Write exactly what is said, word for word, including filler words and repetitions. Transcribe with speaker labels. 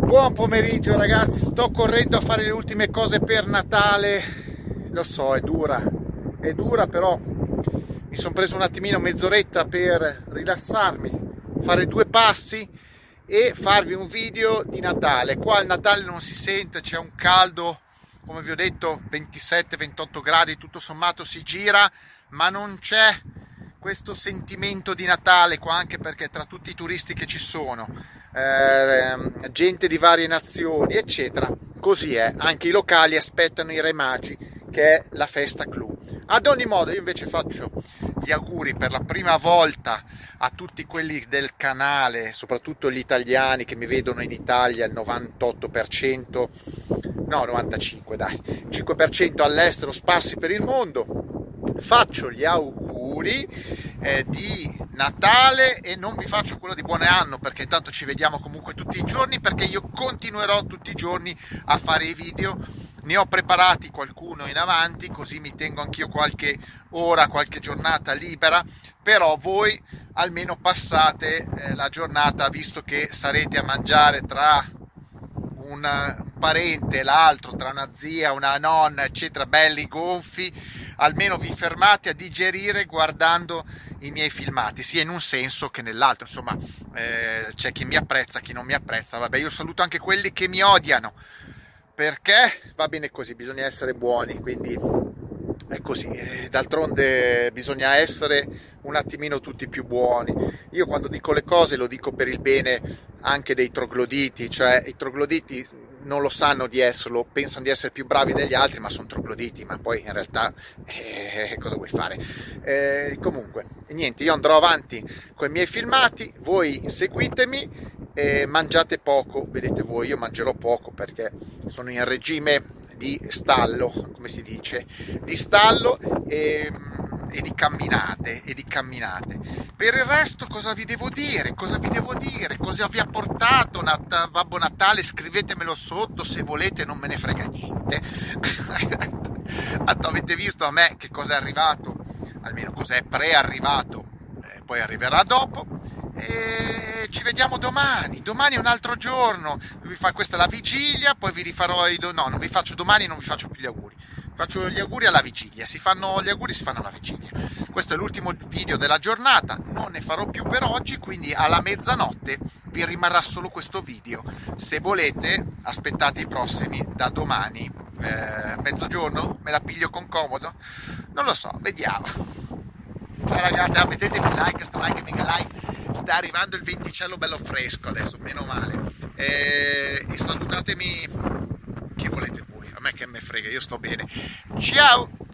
Speaker 1: Buon pomeriggio ragazzi, sto correndo a fare le ultime cose per Natale. Lo so, è dura, è dura, però mi sono preso un attimino, mezz'oretta per rilassarmi, fare due passi e farvi un video di Natale. Qua il Natale non si sente, c'è un caldo, come vi ho detto, ventisette ventotto gradi, tutto sommato si gira, ma non c'è questo sentimento di Natale qua, anche perché tra tutti i turisti che ci sono, eh, gente di varie nazioni eccetera, così è, anche i locali aspettano i Re Magi, che è la festa clou. Ad ogni modo, io invece faccio gli auguri per la prima volta a tutti quelli del canale, soprattutto gli italiani che mi vedono in Italia, il novantotto per cento, no novantacinque dai, cinque per cento all'estero sparsi per il mondo. Faccio gli auguri eh, di Natale e non vi faccio quello di buon anno, perché intanto ci vediamo comunque tutti i giorni, perché io continuerò tutti i giorni a fare i video. Ne ho preparati qualcuno in avanti, così mi tengo anch'io qualche ora, qualche giornata libera, però voi almeno passate eh, la giornata, visto che sarete a mangiare tra un parente e l'altro, tra una zia, una nonna eccetera, belli gonfi, almeno vi fermate a digerire guardando i miei filmati, sia in un senso che nell'altro. Insomma, eh, c'è chi mi apprezza, chi non mi apprezza, vabbè, io saluto anche quelli che mi odiano, perché va bene così, bisogna essere buoni, quindi è così, d'altronde bisogna essere un attimino tutti più buoni. Io quando dico le cose lo dico per il bene anche dei trogloditi, cioè i trogloditi non lo sanno di esserlo, pensano di essere più bravi degli altri, ma sono trogloditi, ma poi in realtà eh, cosa vuoi fare? Eh, comunque, niente, io andrò avanti con i miei filmati, voi seguitemi, eh, mangiate poco, vedete voi, io mangerò poco perché sono in regime di stallo, come si dice, di stallo e, e di camminate e di camminate. Per il resto cosa vi devo dire? Cosa vi devo dire? Cosa vi ha portato Nat- Babbo Natale? Scrivetemelo sotto se volete, non me ne frega niente. Avete visto a me che cosa è arrivato, almeno cosa è pre-arrivato, eh, poi arriverà dopo. E ci vediamo domani. Domani è un altro giorno. Vi fa, questa è la vigilia, poi vi rifarò i do... no, non vi faccio domani, non vi faccio più gli auguri. Faccio gli auguri alla vigilia. Si fanno gli auguri, si fanno alla vigilia. Questo è l'ultimo video della giornata, non ne farò più per oggi, quindi alla mezzanotte vi rimarrà solo questo video. Se volete, aspettate i prossimi da domani. Eh, mezzogiorno? Me la piglio con comodo? Non lo so, vediamo. Ciao ragazzi, mettetemi like, sta like e mega like. Sta arrivando il venticello bello fresco adesso, meno male. E, e salutatemi chi volete voi, a me che me frega, io sto bene. Ciao!